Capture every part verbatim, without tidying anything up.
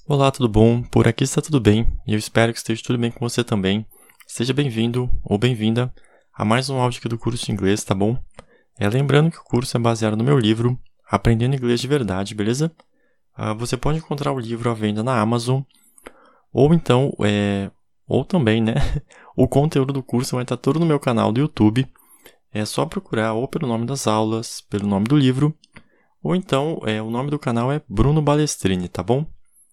Olá, tudo bom? Por aqui está tudo bem e eu espero que esteja tudo bem com você também. Seja bem-vindo ou bem-vinda a mais um áudio aqui do curso de inglês, tá bom? É, lembrando que o curso é baseado no meu livro Aprendendo Inglês de Verdade, beleza? Uh, você pode encontrar o livro à venda na Amazon ou então, é, ou também, né? O conteúdo do curso vai estar todo no meu canal do YouTube. É só procurar ou pelo nome das aulas, pelo nome do livro, ou então é, o nome do canal é Bruno Balestrini, tá bom?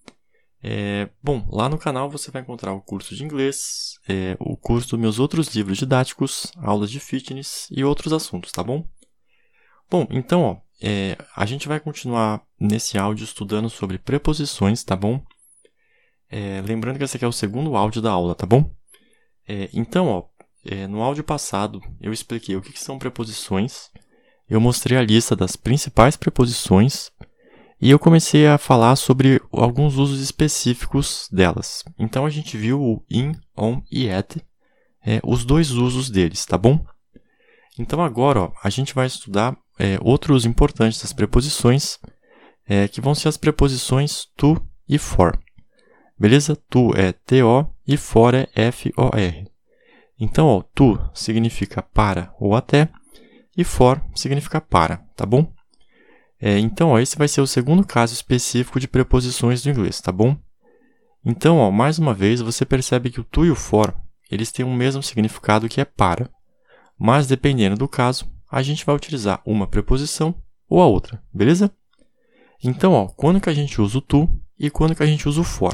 É, bom, lá no canal você vai encontrar o curso de inglês, é, o curso dos meus outros livros didáticos, aulas de fitness e outros assuntos, tá bom? Bom, então, ó, é, a gente vai continuar nesse áudio estudando sobre preposições, tá bom? É, lembrando que esse aqui é o segundo áudio da aula, tá bom? É, então, ó, é, no áudio passado eu expliquei o que, que são preposições, eu mostrei a lista das principais preposições, e eu comecei a falar sobre alguns usos específicos delas. Então, a gente viu o in, on e at, é, os dois usos deles, tá bom? Então, agora, ó, a gente vai estudar é, outros importantes das preposições, é, que vão ser as preposições to e for. Beleza? To é to e for é F-O-R. Então, ó, to significa para ou até, e for significa para, tá bom? É, então, ó, esse vai ser o segundo caso específico de preposições do inglês, tá bom? Então, ó, mais uma vez, você percebe que o to e o for, eles têm o mesmo significado que é para. Mas, dependendo do caso, a gente vai utilizar uma preposição ou a outra, beleza? Então, ó, quando que a gente usa o to e quando que a gente usa o for?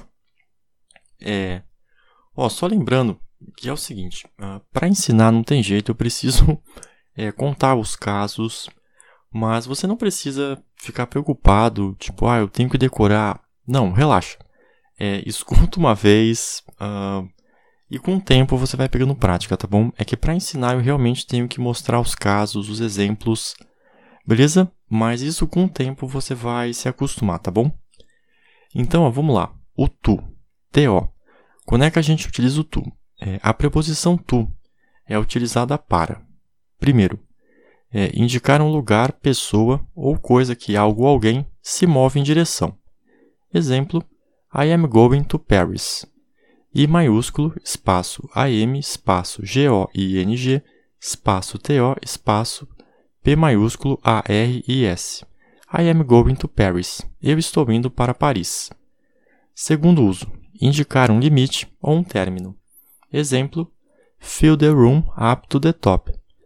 É, ó, só lembrando que é o seguinte, uh, para ensinar não tem jeito, eu preciso é, contar os casos. Mas você não precisa ficar preocupado, tipo, ah, eu tenho que decorar. Não, relaxa. É, escuta uma vez uh, e com o tempo você vai pegando prática, tá bom? É que para ensinar eu realmente tenho que mostrar os casos, os exemplos, beleza? Mas isso com o tempo você vai se acostumar, tá bom? Então, ó, vamos lá. O to, to. Quando é que a gente utiliza o to? É, a preposição to é utilizada para, primeiro, É, indicar um lugar, pessoa ou coisa que algo ou alguém se move em direção. Exemplo, I am going to Paris. I maiúsculo, espaço A M, espaço G O I N G, espaço T O, espaço P maiúsculo A R I S. I am going to Paris. Eu estou indo para Paris. Segundo uso, indicar um limite ou um término. Exemplo, fill the room up to the top.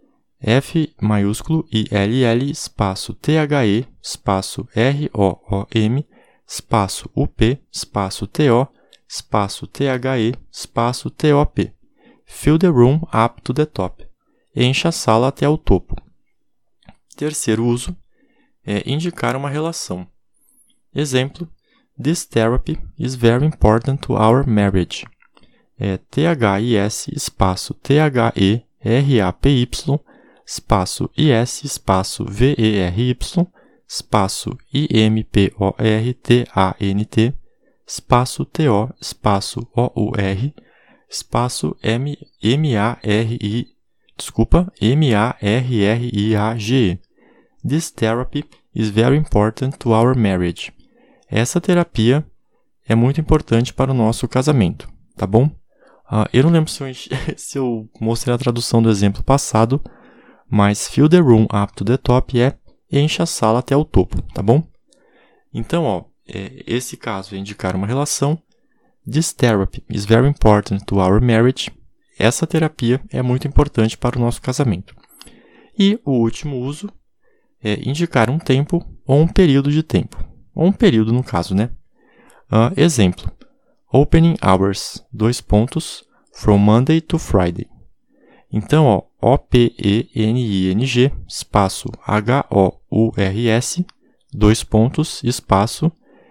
F maiúsculo I L L espaço T H E espaço R O O M espaço U P espaço T O espaço T H E espaço T O P. Fill the room up to the top. Encha a sala até o topo. Terceiro uso é indicar uma relação. Exemplo, this therapy is very important to our marriage. É T H I S espaço T H E R A P Y espaço I S, espaço V E R Y, espaço I M P O R T A N T, espaço T O, espaço O U R, espaço M, M A R I, desculpa, M A R R I A G E. This therapy is very important to our marriage. Essa terapia é muito importante para o nosso casamento, tá bom? Uh, eu não lembro se eu, se eu mostrei a tradução do exemplo passado, mas fill the room up to the top é enche a sala até o topo, tá bom? Então, ó, é, esse caso é indicar uma relação. This therapy is very important to our marriage. Essa terapia é muito importante para o nosso casamento. E o último uso é indicar um tempo ou um período de tempo. Ou um período, no caso, né? Uh, exemplo, opening hours, dois pontos, from Monday to Friday. Então, ó, O P E N I N G, espaço H O U R S, dois pontos, espaço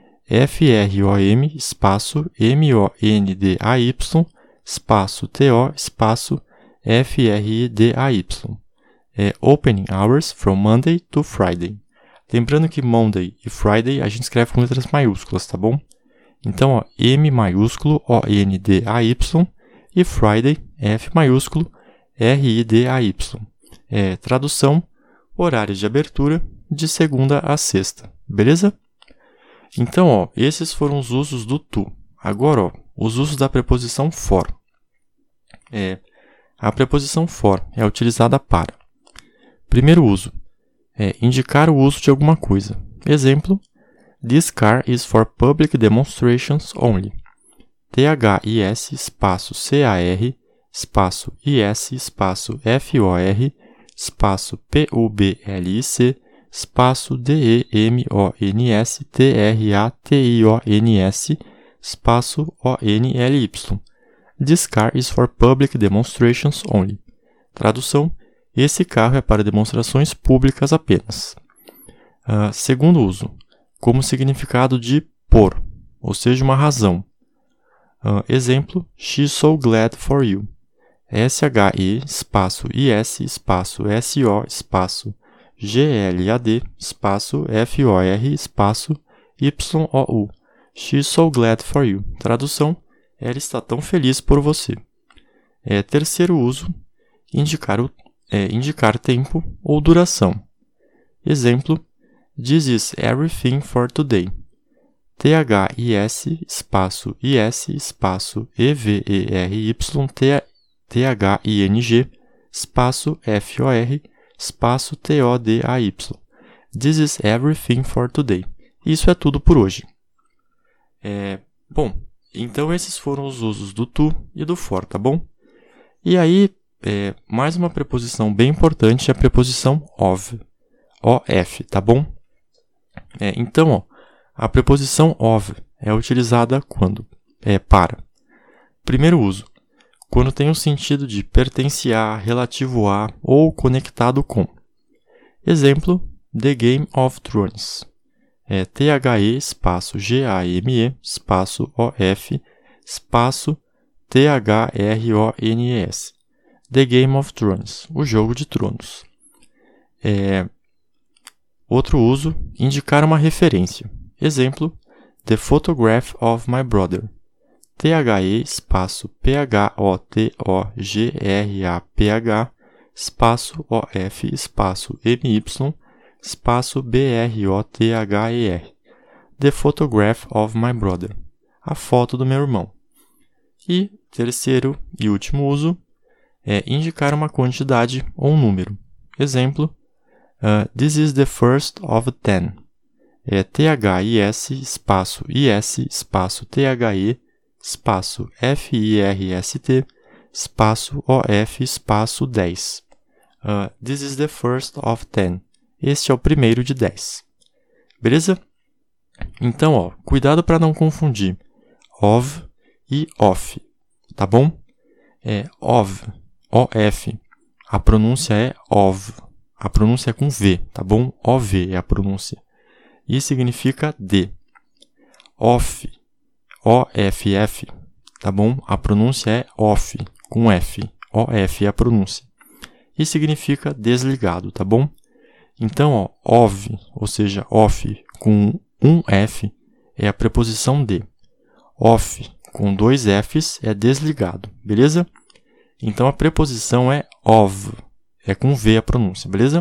F R O M, espaço M O N D A Y, espaço T O, espaço F R I D A Y. É opening hours from Monday to Friday. Lembrando que Monday e Friday a gente escreve com letras maiúsculas, tá bom? Então, ó, M maiúsculo, O N D A Y, e Friday, F maiúsculo, R I D A Y. É, tradução, horário de abertura de segunda a sexta, beleza? Então, ó, esses foram os usos do to. Agora, ó, os usos da preposição for. É, a preposição for é utilizada para: primeiro uso, é indicar o uso de alguma coisa. Exemplo: This car is for public demonstrations only. T H I S espaço C A R espaço I S espaço F O R espaço P U B L I C espaço D E M O N S T R A T I O N S espaço O N L Y. This car is for public demonstrations only. Tradução: esse carro é para demonstrações públicas apenas. Uh, segundo uso, como significado de por, ou seja, uma razão. Uh, exemplo: She's so glad for you. S H E espaço I S espaço S O espaço G L A D espaço F O R espaço Y O U. She's so glad for you. Tradução: ela está tão feliz por você. É, terceiro uso, indicar, o, é, indicar tempo ou duração. Exemplo: This is everything for today. T H I S espaço I S espaço E V E R Y T H I N G espaço F O R espaço T O D A Y. This is everything for today. Isso é tudo por hoje. É, bom, então esses foram os usos do to e do for, tá bom? E aí, é, mais uma preposição bem importante é a preposição of. O F, tá bom? É, então, ó, a preposição of é utilizada quando? É para. Primeiro uso, quando tem o sentido de pertencer a, relativo a ou conectado com. Exemplo: The Game of Thrones. É T H E espaço G A M E espaço O F espaço T H R O N E S. The Game of Thrones, o Jogo de Tronos. É, outro uso, indicar uma referência. Exemplo: The Photograph of My Brother. T H E espaço P H O T O G R A P H espaço O F espaço M Y espaço B R O T H E R. The Photograph of My Brother. A foto do meu irmão. E terceiro e último uso é indicar uma quantidade ou um número. Exemplo: uh, This is the first of ten. É T H I S espaço I S espaço T H E espaço F I R S T espaço O F espaço dez. Uh, this is the first of ten. Este é o primeiro de dez. Beleza? Então, ó, cuidado para não confundir of e off, tá bom? É of, O F. A pronúncia é of. A pronúncia é com V, tá bom? O V é a pronúncia. E significa de. Off, O F F, tá bom? A pronúncia é off, com F. O F é a pronúncia. E significa desligado, tá bom? Então, ó, of, ou seja, off, com um F, é a preposição de. Off, com dois Fs, é desligado, beleza? Então, a preposição é of, é com V a pronúncia, beleza?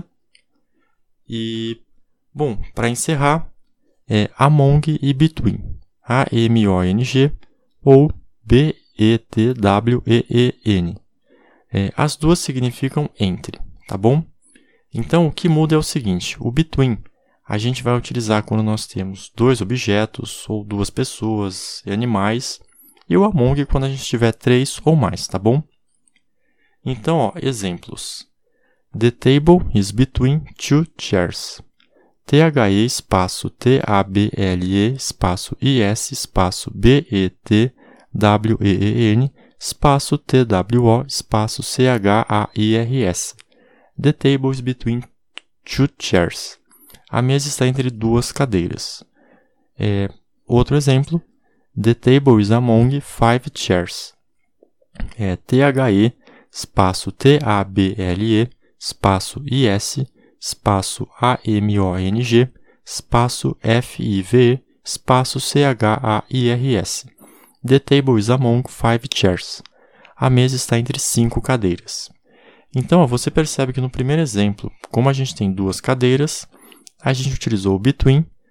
E, bom, para encerrar, é among e between. A M O N G ou B E T W E E N. É, as duas significam entre, tá bom? Então, o que muda é o seguinte: o between a gente vai utilizar quando nós temos dois objetos ou duas pessoas e animais, e o among quando a gente tiver três ou mais, tá bom? Então, ó, exemplos. The table is between two chairs. T H E espaço T A B L E espaço I S espaço B E T W E E N espaço T W O espaço C H A I R S. The table is between two chairs. A mesa está entre duas cadeiras. É, outro exemplo. The table is among five chairs. É T H E espaço T A B L E espaço I S espaço A M O N G, espaço F I V E, espaço C H A I R S. The table is among five chairs. A mesa está entre cinco cadeiras. Então, ó, você percebe que no primeiro exemplo, como a gente tem duas cadeiras, a gente utilizou o between,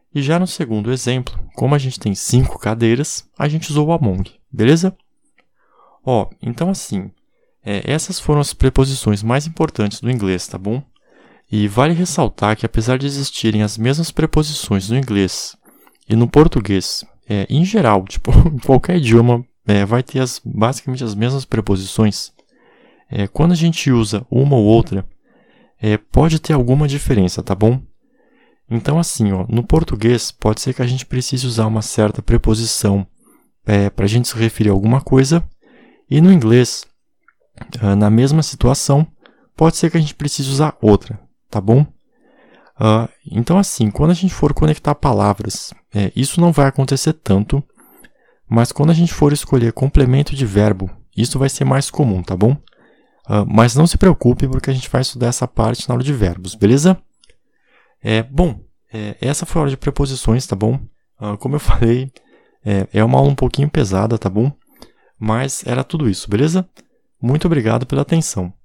E já no segundo exemplo, como a gente tem cinco cadeiras, a gente usou o among, beleza? Ó, então assim, é, essas foram as preposições mais importantes do inglês, tá bom? E vale ressaltar que apesar de existirem as mesmas preposições no inglês e no português, é, em geral, tipo, em qualquer idioma, é, vai ter as, basicamente as mesmas preposições. É, quando a gente usa uma ou outra, é, pode ter alguma diferença, tá bom? Então assim, ó, no português pode ser que a gente precise usar uma certa preposição é, para a gente se referir a alguma coisa, e no inglês, é, na mesma situação, pode ser que a gente precise usar outra, tá bom? Uh, então assim, quando a gente for conectar palavras, é, isso não vai acontecer tanto, mas quando a gente for escolher complemento de verbo, isso vai ser mais comum, tá bom? Uh, mas não se preocupe, porque a gente vai estudar essa parte na aula de verbos, beleza? É, bom, é, essa foi a aula de preposições, tá bom? Uh, como eu falei, é, é uma aula um pouquinho pesada, tá bom? Mas era tudo isso, beleza? Muito obrigado pela atenção.